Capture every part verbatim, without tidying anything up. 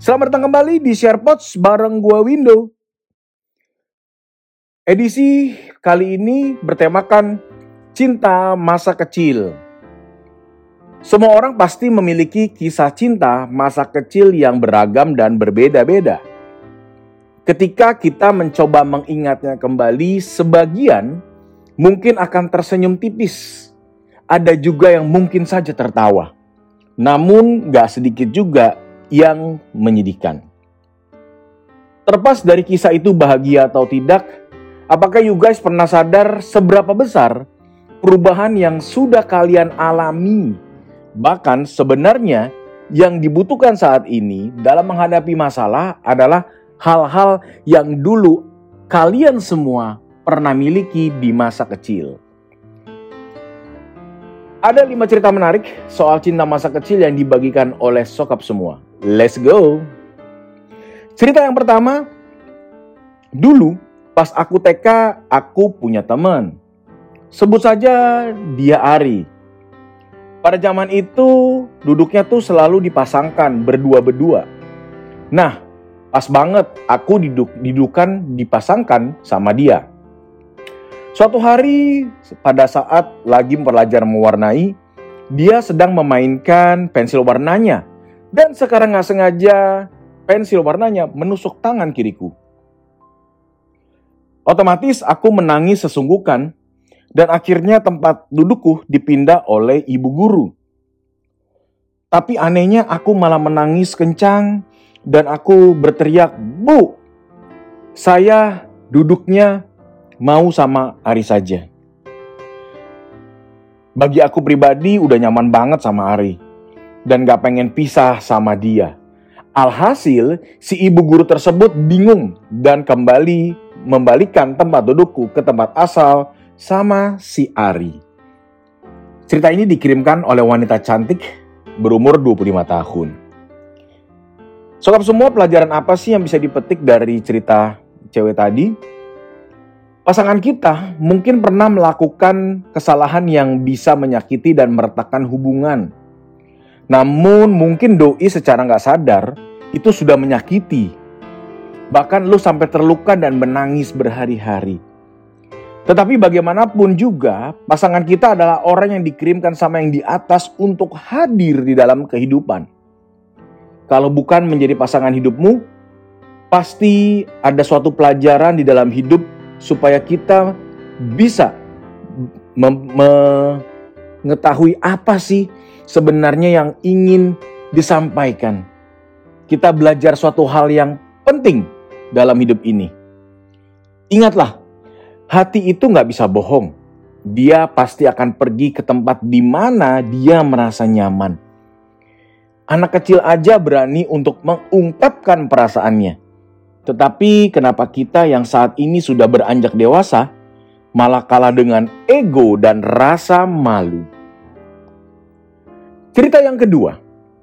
Selamat datang kembali di SharePods bareng gua Window. Edisi kali ini bertemakan cinta masa kecil. Semua orang pasti memiliki kisah cinta masa kecil yang beragam dan berbeda-beda. Ketika kita mencoba mengingatnya kembali, sebagian mungkin akan tersenyum tipis. Ada juga yang mungkin saja tertawa. Namun gak sedikit juga yang menyedihkan. Terlepas dari kisah itu bahagia atau tidak, apakah you guys pernah sadar seberapa besar perubahan yang sudah kalian alami? Bahkan sebenarnya yang dibutuhkan saat ini dalam menghadapi masalah adalah hal-hal yang dulu kalian semua pernah miliki di masa kecil. Ada lima cerita menarik soal cinta masa kecil yang dibagikan oleh sokap semua. Let's go! Cerita yang pertama, dulu pas aku T K, aku punya teman. Sebut saja dia Ari. Pada zaman itu, duduknya tuh selalu dipasangkan berdua-berdua. Nah, pas banget aku diduk, didudukan dipasangkan sama dia. Suatu hari pada saat lagi belajar mewarnai, dia sedang memainkan pensil warnanya. Dan sekarang gak sengaja pensil warnanya menusuk tangan kiriku. Otomatis aku menangis sesungguhkan dan akhirnya tempat dudukku dipindah oleh ibu guru. Tapi anehnya aku malah menangis kencang dan aku berteriak, "Bu, saya duduknya mau sama Ari saja." Bagi aku pribadi udah nyaman banget sama Ari dan gak pengen pisah sama dia. Alhasil si ibu guru tersebut bingung dan kembali membalikan tempat dudukku ke tempat asal sama si Ari. Cerita ini dikirimkan oleh wanita cantik berumur dua puluh lima tahun. Sobat semua, pelajaran apa sih yang bisa dipetik dari cerita cewek tadi? Pasangan kita mungkin pernah melakukan kesalahan yang bisa menyakiti dan meretakkan hubungan. Namun mungkin doi secara gak sadar itu sudah menyakiti. Bahkan lu sampai terluka dan menangis berhari-hari. Tetapi bagaimanapun juga pasangan kita adalah orang yang dikirimkan sama yang di atas untuk hadir di dalam kehidupan. Kalau bukan menjadi pasangan hidupmu, pasti ada suatu pelajaran di dalam hidup supaya kita bisa mengetahui apa sih sebenarnya yang ingin disampaikan. Kita belajar suatu hal yang penting dalam hidup ini. Ingatlah, hati itu gak bisa bohong. Dia pasti akan pergi ke tempat di mana dia merasa nyaman. Anak kecil aja berani untuk mengungkapkan perasaannya. Tetapi kenapa kita yang saat ini sudah beranjak dewasa malah kalah dengan ego dan rasa malu? Cerita yang kedua.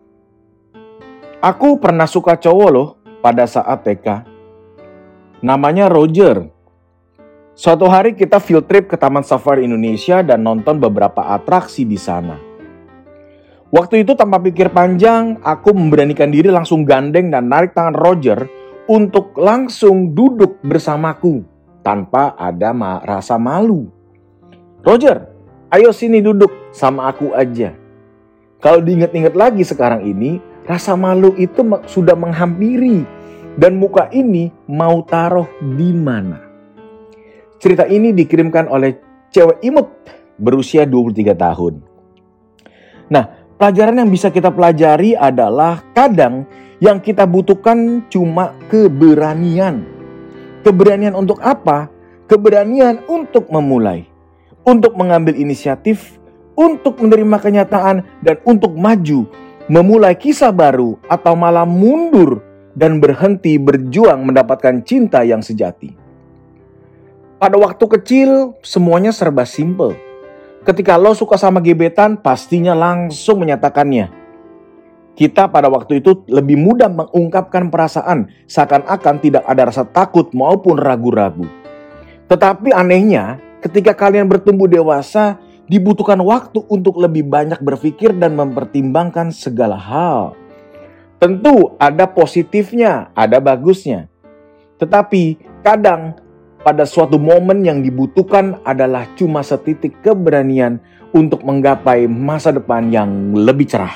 Aku pernah suka cowok loh pada saat T K. Namanya Roger. Suatu hari kita field trip ke Taman Safari Indonesia dan nonton beberapa atraksi di sana. Waktu itu tanpa pikir panjang, aku memberanikan diri langsung gandeng dan narik tangan Roger untuk langsung duduk bersamaku tanpa ada ma- rasa malu. "Roger, ayo sini duduk sama aku aja." Kalau diingat-ingat lagi sekarang ini, rasa malu itu sudah menghampiri dan muka ini mau taruh di mana. Cerita ini dikirimkan oleh cewek imut berusia dua puluh tiga tahun. Nah, pelajaran yang bisa kita pelajari adalah kadang yang kita butuhkan cuma keberanian. Keberanian untuk apa? Keberanian untuk memulai, untuk mengambil inisiatif, untuk menerima kenyataan, dan untuk maju, memulai kisah baru, atau malah mundur dan berhenti berjuang mendapatkan cinta yang sejati. Pada waktu kecil, semuanya serba simple. Ketika lo suka sama gebetan, pastinya langsung menyatakannya. Kita pada waktu itu lebih mudah mengungkapkan perasaan, seakan-akan tidak ada rasa takut maupun ragu-ragu. Tetapi anehnya, ketika kalian bertumbuh dewasa, dibutuhkan waktu untuk lebih banyak berpikir dan mempertimbangkan segala hal. Tentu ada positifnya, ada bagusnya. Tetapi kadang pada suatu momen yang dibutuhkan adalah cuma setitik keberanian untuk menggapai masa depan yang lebih cerah.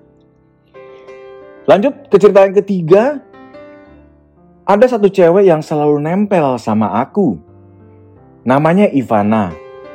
Lanjut ke cerita yang ketiga. Ada satu cewek yang selalu nempel sama aku. Namanya Ivana.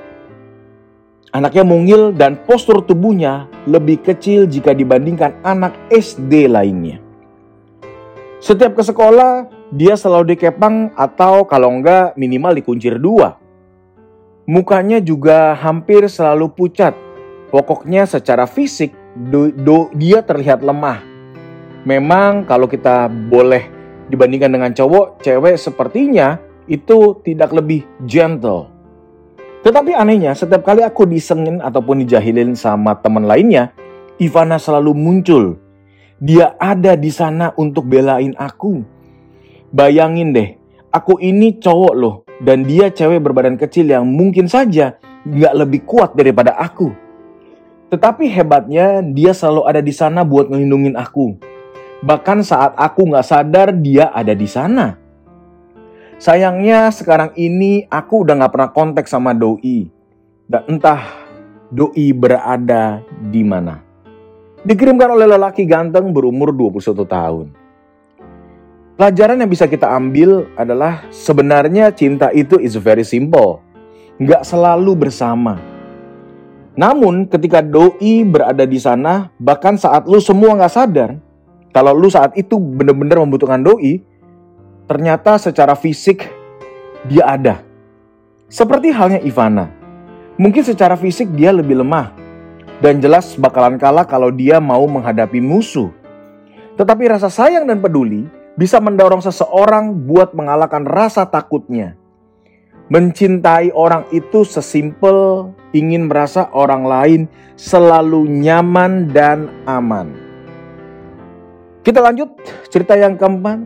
Anaknya mungil dan postur tubuhnya lebih kecil jika dibandingkan anak S D lainnya. Setiap ke sekolah, dia selalu dikepang atau kalau enggak minimal dikuncir dua. Mukanya juga hampir selalu pucat. Pokoknya secara fisik do, do, dia terlihat lemah. Memang kalau kita boleh dibandingkan dengan cowok, cewek sepertinya itu tidak lebih gentle. Tetapi anehnya, setiap kali aku disengin ataupun dijahilin sama teman lainnya, Ivana selalu muncul. Dia ada di sana untuk belain aku. Bayangin deh, aku ini cowok loh, dan dia cewek berbadan kecil yang mungkin saja gak lebih kuat daripada aku. Tetapi hebatnya, dia selalu ada di sana buat ngelindungin aku. Bahkan saat aku gak sadar, dia ada di sana. Sayangnya sekarang ini aku udah gak pernah kontak sama doi. Dan entah doi berada di mana. Dikirimkan oleh lelaki ganteng berumur dua puluh satu tahun. Pelajaran yang bisa kita ambil adalah sebenarnya cinta itu is very simple. Gak selalu bersama. Namun ketika doi berada di sana, bahkan saat lu semua gak sadar, kalau lu saat itu benar-benar membutuhkan doi, ternyata secara fisik dia ada. Seperti halnya Ivana. Mungkin secara fisik dia lebih lemah. Dan jelas bakalan kalah kalau dia mau menghadapi musuh. Tetapi rasa sayang dan peduli bisa mendorong seseorang buat mengalahkan rasa takutnya. Mencintai orang itu sesimpel ingin merasa orang lain selalu nyaman dan aman. Kita lanjut cerita yang keempat.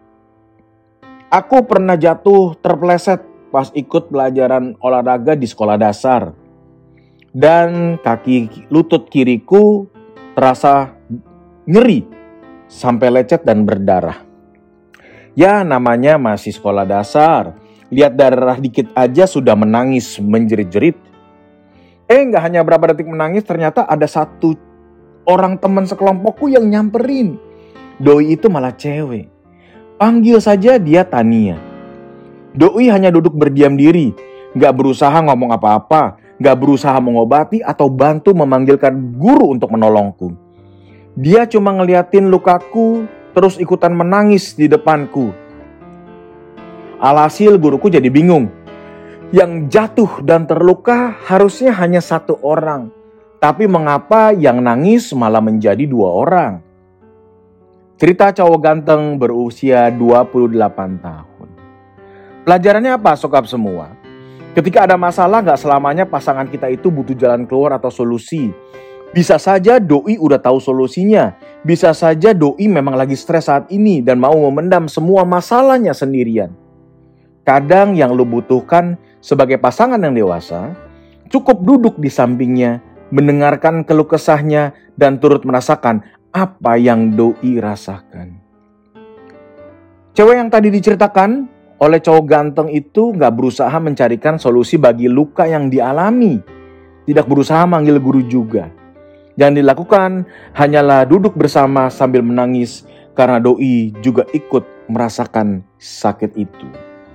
Aku pernah jatuh terpeleset pas ikut pelajaran olahraga di sekolah dasar. Dan kaki lutut kiriku terasa nyeri sampai lecet dan berdarah. Ya namanya masih sekolah dasar. Lihat darah dikit aja sudah menangis menjerit-jerit. Eh gak hanya berapa detik menangis, ternyata ada satu orang teman sekelompokku yang nyamperin. Doi itu malah cewek. Panggil saja dia Tania. Doi hanya duduk berdiam diri, gak berusaha ngomong apa-apa, gak berusaha mengobati atau bantu memanggilkan guru untuk menolongku. Dia cuma ngeliatin lukaku, terus ikutan menangis di depanku. Alhasil guruku jadi bingung. Yang jatuh dan terluka harusnya hanya satu orang. Tapi mengapa yang nangis malah menjadi dua orang? Cerita cowok ganteng berusia dua puluh delapan tahun. Pelajarannya apa sokap semua? Ketika ada masalah gak selamanya pasangan kita itu butuh jalan keluar atau solusi. Bisa saja doi udah tahu solusinya. Bisa saja doi memang lagi stres saat ini dan mau memendam semua masalahnya sendirian. Kadang yang lu butuhkan sebagai pasangan yang dewasa, cukup duduk di sampingnya, mendengarkan keluh kesahnya dan turut merasakan apa yang doi rasakan. Cewek yang tadi diceritakan oleh cowok ganteng itu gak berusaha mencarikan solusi bagi luka yang dialami. Tidak berusaha manggil guru juga. Yang dilakukan hanyalah duduk bersama sambil menangis karena doi juga ikut merasakan sakit itu.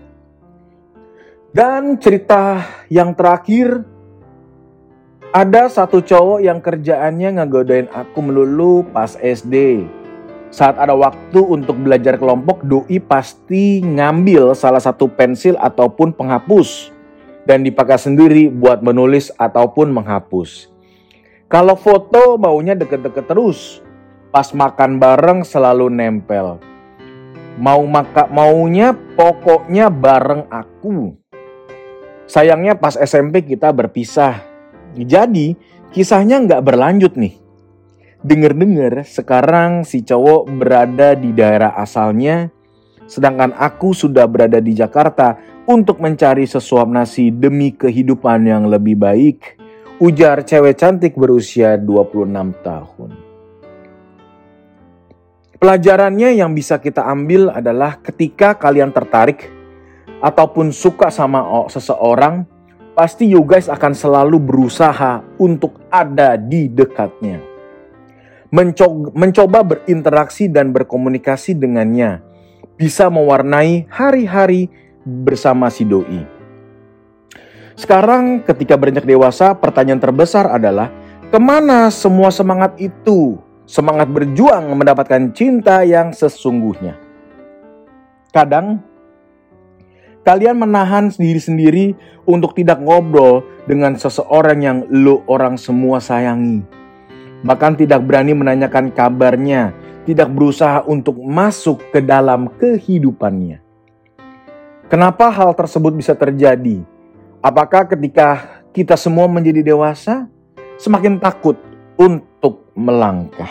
Dan cerita yang terakhir, ada satu cowok yang kerjaannya ngegodain aku melulu pas S D. Saat ada waktu untuk belajar kelompok, doi pasti ngambil salah satu pensil ataupun penghapus dan dipakai sendiri buat menulis ataupun menghapus. Kalau foto maunya deket-deket terus. Pas makan bareng selalu nempel. Mau maka maunya pokoknya bareng aku. Sayangnya pas S M P kita berpisah. Jadi kisahnya gak berlanjut nih. Dengar-dengar sekarang si cowok berada di daerah asalnya. Sedangkan aku sudah berada di Jakarta untuk mencari sesuap nasi demi kehidupan yang lebih baik. Ujar cewek cantik berusia dua puluh enam tahun. Pelajarannya yang bisa kita ambil adalah ketika kalian tertarik ataupun suka sama seseorang, pasti you guys akan selalu berusaha untuk ada di dekatnya. Mencoba, mencoba berinteraksi dan berkomunikasi dengannya bisa mewarnai hari-hari bersama si doi. Sekarang ketika beranjak dewasa, pertanyaan terbesar adalah kemana semua semangat itu? Semangat berjuang mendapatkan cinta yang sesungguhnya. Kadang kalian menahan diri sendiri untuk tidak ngobrol dengan seseorang yang lo orang semua sayangi. Bahkan tidak berani menanyakan kabarnya, tidak berusaha untuk masuk ke dalam kehidupannya. Kenapa hal tersebut bisa terjadi? Apakah ketika kita semua menjadi dewasa, semakin takut untuk melangkah?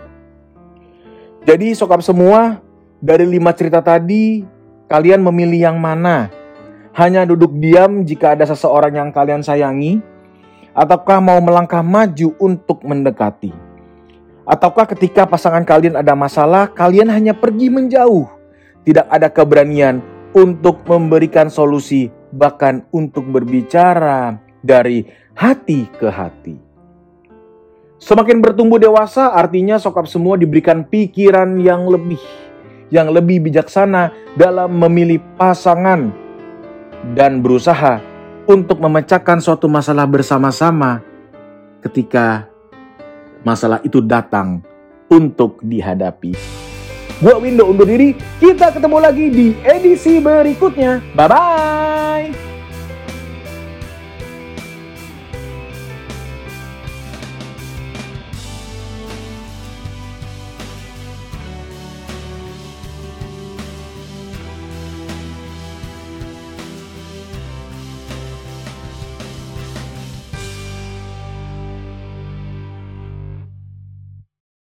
Jadi sokap semua, dari lima cerita tadi, kalian memilih yang mana? Hanya duduk diam jika ada seseorang yang kalian sayangi? Ataukah mau melangkah maju untuk mendekati? Ataukah ketika pasangan kalian ada masalah, kalian hanya pergi menjauh? Tidak ada keberanian untuk memberikan solusi, bahkan untuk berbicara dari hati ke hati. Semakin bertumbuh dewasa, artinya sokap semua diberikan pikiran yang lebih, yang lebih bijaksana dalam memilih pasangan dan berusaha untuk memecahkan suatu masalah bersama-sama ketika masalah itu datang untuk dihadapi. Gua Windo undur diri, kita ketemu lagi di edisi berikutnya. Bye-bye!